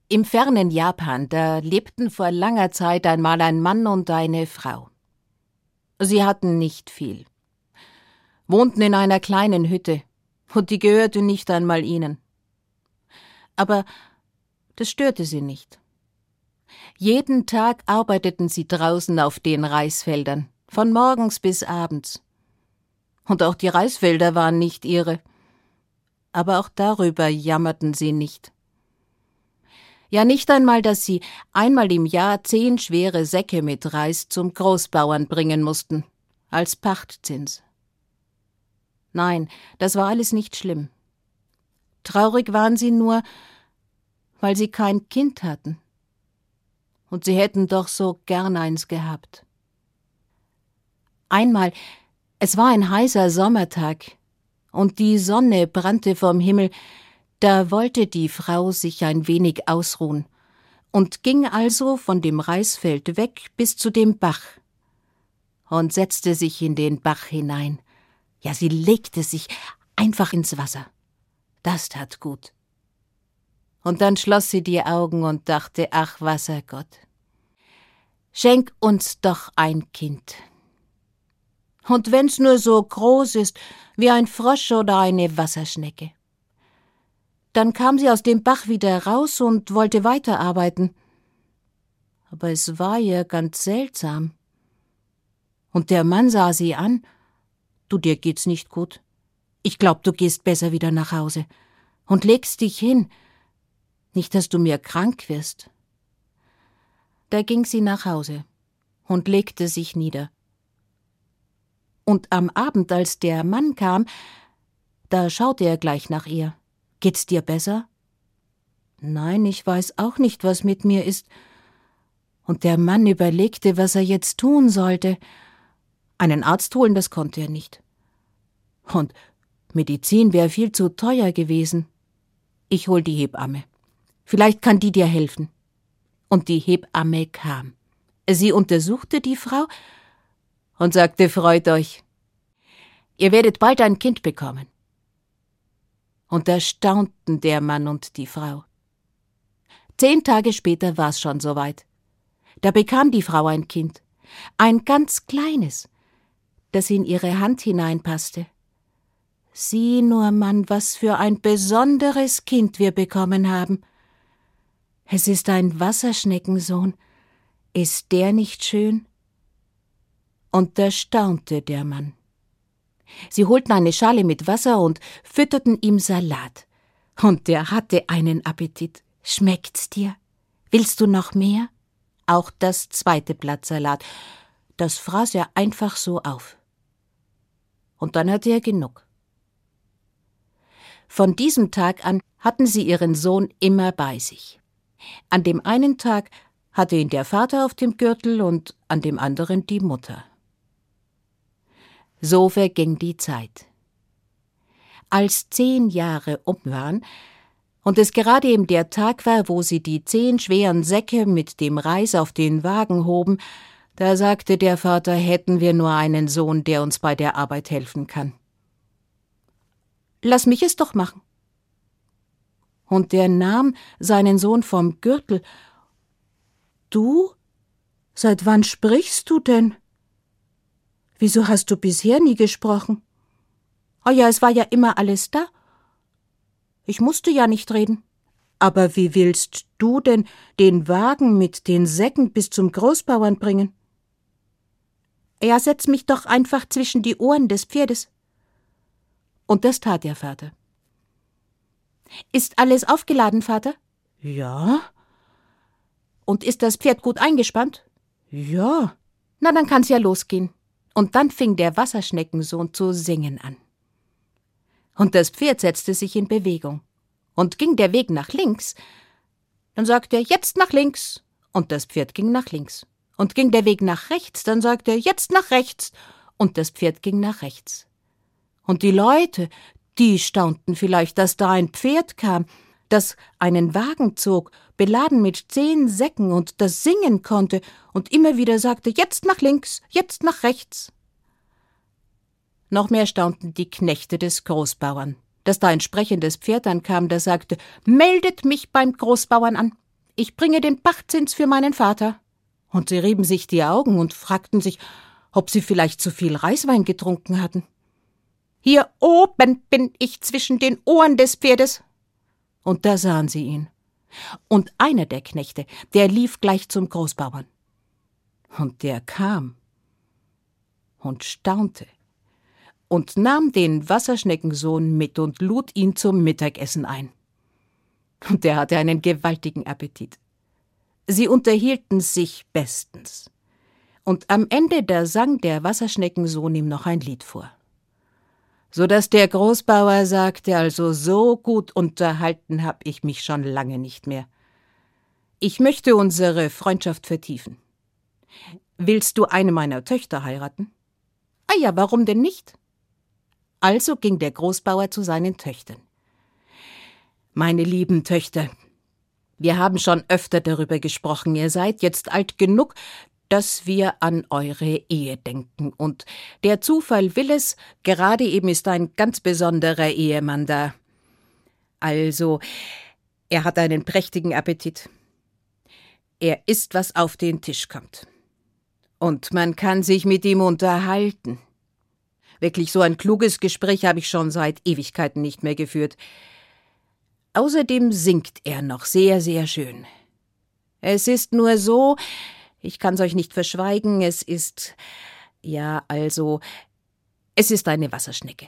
Im fernen Japan, da lebten vor langer Zeit einmal ein Mann und eine Frau. Sie hatten nicht viel, wohnten in einer kleinen Hütte, und die gehörte nicht einmal ihnen. Aber das störte sie nicht. Jeden Tag arbeiteten sie draußen auf den Reisfeldern, von morgens bis abends. Und auch die Reisfelder waren nicht ihre. Aber auch darüber jammerten sie nicht. Ja, nicht einmal, dass sie einmal im Jahr 10 schwere Säcke mit Reis zum Großbauern bringen mussten, als Pachtzins. Nein, das war alles nicht schlimm. Traurig waren sie nur, weil sie kein Kind hatten. Und sie hätten doch so gern eins gehabt. Einmal, es war ein heißer Sommertag, und die Sonne brannte vom Himmel, da wollte die Frau sich ein wenig ausruhen und ging also von dem Reisfeld weg bis zu dem Bach und setzte sich in den Bach hinein. Ja, sie legte sich einfach ins Wasser. Das tat gut. Und dann schloss sie die Augen und dachte, ach Wassergott, schenk uns doch ein Kind. Und wenn's nur so groß ist wie ein Frosch oder eine Wasserschnecke. Dann kam sie aus dem Bach wieder raus und wollte weiterarbeiten. Aber es war ihr ganz seltsam. Und der Mann sah sie an. Du, dir geht's nicht gut. Ich glaub, du gehst besser wieder nach Hause und legst dich hin. Nicht, dass du mir krank wirst. Da ging sie nach Hause und legte sich nieder. Und am Abend, als der Mann kam, da schaute er gleich nach ihr. Geht's dir besser? Nein, ich weiß auch nicht, was mit mir ist. Und der Mann überlegte, was er jetzt tun sollte. Einen Arzt holen, das konnte er nicht. Und Medizin wäre viel zu teuer gewesen. Ich hol die Hebamme. Vielleicht kann die dir helfen. Und die Hebamme kam. Sie untersuchte die Frau und sagte, freut euch. Ihr werdet bald ein Kind bekommen. Und da staunten der Mann und die Frau. 10 Tage später war's schon soweit. Da bekam die Frau ein Kind, ein ganz kleines, das in ihre Hand hineinpasste. Sieh nur, Mann, was für ein besonderes Kind wir bekommen haben. Es ist ein Wasserschneckensohn. Ist der nicht schön? Und da staunte der Mann. Sie holten eine Schale mit Wasser und fütterten ihm Salat. Und der hatte einen Appetit. Schmeckt's dir? Willst du noch mehr? Auch das 2. Blatt Salat. Das fraß er einfach so auf. Und dann hatte er genug. Von diesem Tag an hatten sie ihren Sohn immer bei sich. An dem einen Tag hatte ihn der Vater auf dem Gürtel und an dem anderen die Mutter. So verging die Zeit. Als 10 Jahre um waren und es gerade eben der Tag war, wo sie die 10 schweren Säcke mit dem Reis auf den Wagen hoben, da sagte der Vater, hätten wir nur einen Sohn, der uns bei der Arbeit helfen kann. Lass mich es doch machen. Und der nahm seinen Sohn vom Gürtel. Du? Seit wann sprichst du denn? Wieso hast du bisher nie gesprochen? Ah ja, es war ja immer alles da. Ich musste ja nicht reden. Aber wie willst du denn den Wagen mit den Säcken bis zum Großbauern bringen? Ja, setz mich doch einfach zwischen die Ohren des Pferdes. Und das tat der Vater. Ist alles aufgeladen, Vater? Ja. Und ist das Pferd gut eingespannt? Ja. Na, dann kann's ja losgehen. Und dann fing der Wasserschneckensohn zu singen an. Und das Pferd setzte sich in Bewegung. Und ging der Weg nach links, dann sagte er, jetzt nach links. Und das Pferd ging nach links. Und ging der Weg nach rechts, dann sagte er, jetzt nach rechts. Und das Pferd ging nach rechts. Und die Leute, die staunten vielleicht, dass da ein Pferd kam, das einen Wagen zog, beladen mit 10 Säcken und das singen konnte und immer wieder sagte, jetzt nach links, jetzt nach rechts. Noch mehr staunten die Knechte des Großbauern, dass da ein sprechendes Pferd ankam, das sagte, meldet mich beim Großbauern an. ich bringe den Pachtzins für meinen Vater.« Und sie rieben sich die Augen und fragten sich, ob sie vielleicht zu viel Reiswein getrunken hatten. »Hier oben bin ich zwischen den Ohren des Pferdes.« Und da sahen sie ihn. Und einer der Knechte, der lief gleich zum Großbauern. Und der kam und staunte und nahm den Wasserschneckensohn mit und lud ihn zum Mittagessen ein. Und der hatte einen gewaltigen Appetit. Sie unterhielten sich bestens. Und am Ende da sang der Wasserschneckensohn ihm noch ein Lied vor. So dass der Großbauer sagte, also so gut unterhalten hab ich mich schon lange nicht mehr. Ich möchte unsere Freundschaft vertiefen. Willst du eine meiner Töchter heiraten? Ah ja, warum denn nicht? Also ging der Großbauer zu seinen Töchtern. Meine lieben Töchter, wir haben schon öfter darüber gesprochen, ihr seid jetzt alt genug, dass wir an eure Ehe denken. Und der Zufall will es, gerade eben ist ein ganz besonderer Ehemann da. Also, er hat einen prächtigen Appetit. Er isst, was auf den Tisch kommt. Und man kann sich mit ihm unterhalten. Wirklich, so ein kluges Gespräch habe ich schon seit Ewigkeiten nicht mehr geführt. Außerdem singt er noch sehr, sehr schön. Es ist nur so, ich kann's euch nicht verschweigen, es ist eine Wasserschnecke.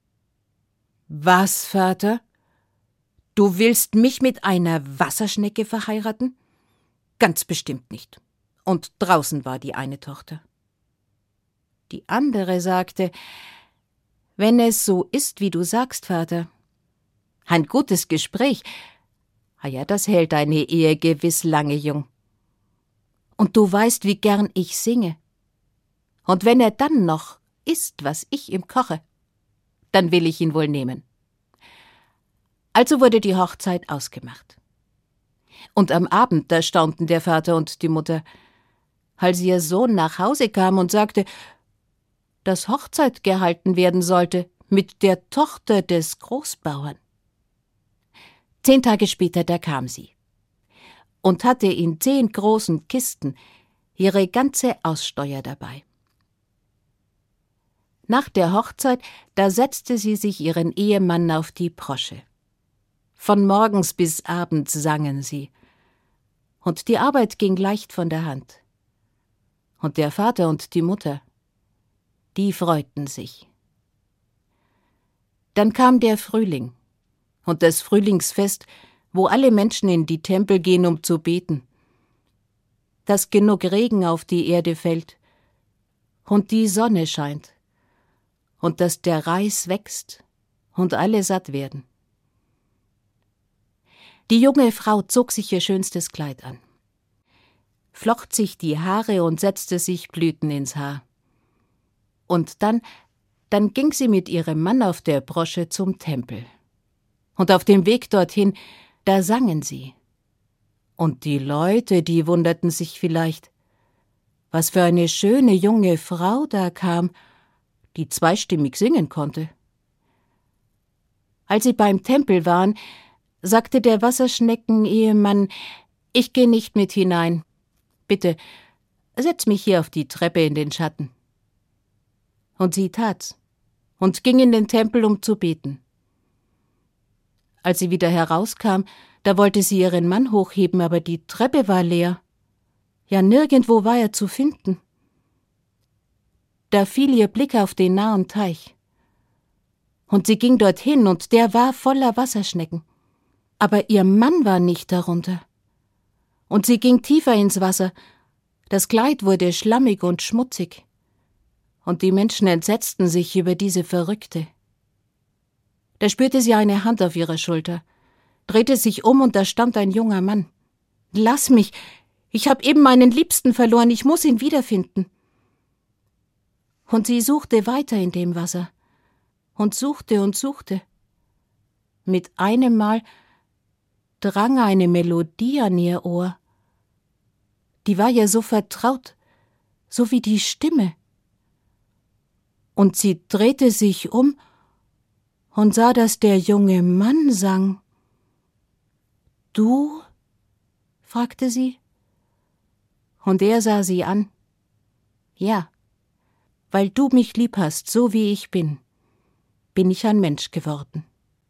Was, Vater? Du willst mich mit einer Wasserschnecke verheiraten? Ganz bestimmt nicht. Und draußen war die eine Tochter. Die andere sagte, wenn es so ist, wie du sagst, Vater. Ein gutes Gespräch. Ja, das hält eine Ehe gewiss lange jung. Und du weißt, wie gern ich singe. Und wenn er dann noch isst, was ich ihm koche, dann will ich ihn wohl nehmen. Also wurde die Hochzeit ausgemacht. Und am Abend, da staunten der Vater und die Mutter, als ihr Sohn nach Hause kam und sagte, dass Hochzeit gehalten werden sollte mit der Tochter des Großbauern. 10 Tage später, da kam sie und hatte in 10 großen Kisten ihre ganze Aussteuer dabei. Nach der Hochzeit, da setzte sie sich ihren Ehemann auf die Brosche. Von morgens bis abends sangen sie, und die Arbeit ging leicht von der Hand. Und der Vater und die Mutter, die freuten sich. Dann kam der Frühling und das Frühlingsfest, wo alle Menschen in die Tempel gehen, um zu beten, dass genug Regen auf die Erde fällt und die Sonne scheint und dass der Reis wächst und alle satt werden. Die junge Frau zog sich ihr schönstes Kleid an, flocht sich die Haare und setzte sich Blüten ins Haar. Und dann ging sie mit ihrem Mann auf der Brosche zum Tempel. Und auf dem Weg dorthin, da sangen sie. Und die Leute, die wunderten sich vielleicht, was für eine schöne junge Frau da kam, die zweistimmig singen konnte. Als sie beim Tempel waren, sagte der Wasserschnecken-Ehemann, ich gehe nicht mit hinein. Bitte, setz mich hier auf die Treppe in den Schatten. Und sie tat's und ging in den Tempel, um zu beten. Als sie wieder herauskam, da wollte sie ihren Mann hochheben, aber die Treppe war leer. Ja, nirgendwo war er zu finden. Da fiel ihr Blick auf den nahen Teich. Und sie ging dorthin, und der war voller Wasserschnecken. Aber ihr Mann war nicht darunter. Und sie ging tiefer ins Wasser. Das Kleid wurde schlammig und schmutzig. Und die Menschen entsetzten sich über diese Verrückte. Da spürte sie eine Hand auf ihrer Schulter, drehte sich um, und da stand ein junger Mann. »Lass mich! Ich habe eben meinen Liebsten verloren, ich muss ihn wiederfinden.« Und sie suchte weiter in dem Wasser und suchte und suchte. Mit einem Mal drang eine Melodie an ihr Ohr. Die war ihr so vertraut, so wie die Stimme. Und sie drehte sich um und sah, dass der junge Mann sang. »Du fragte sie. Und er sah sie an. Ja, weil du mich lieb hast, so wie ich bin ich ein Mensch geworden.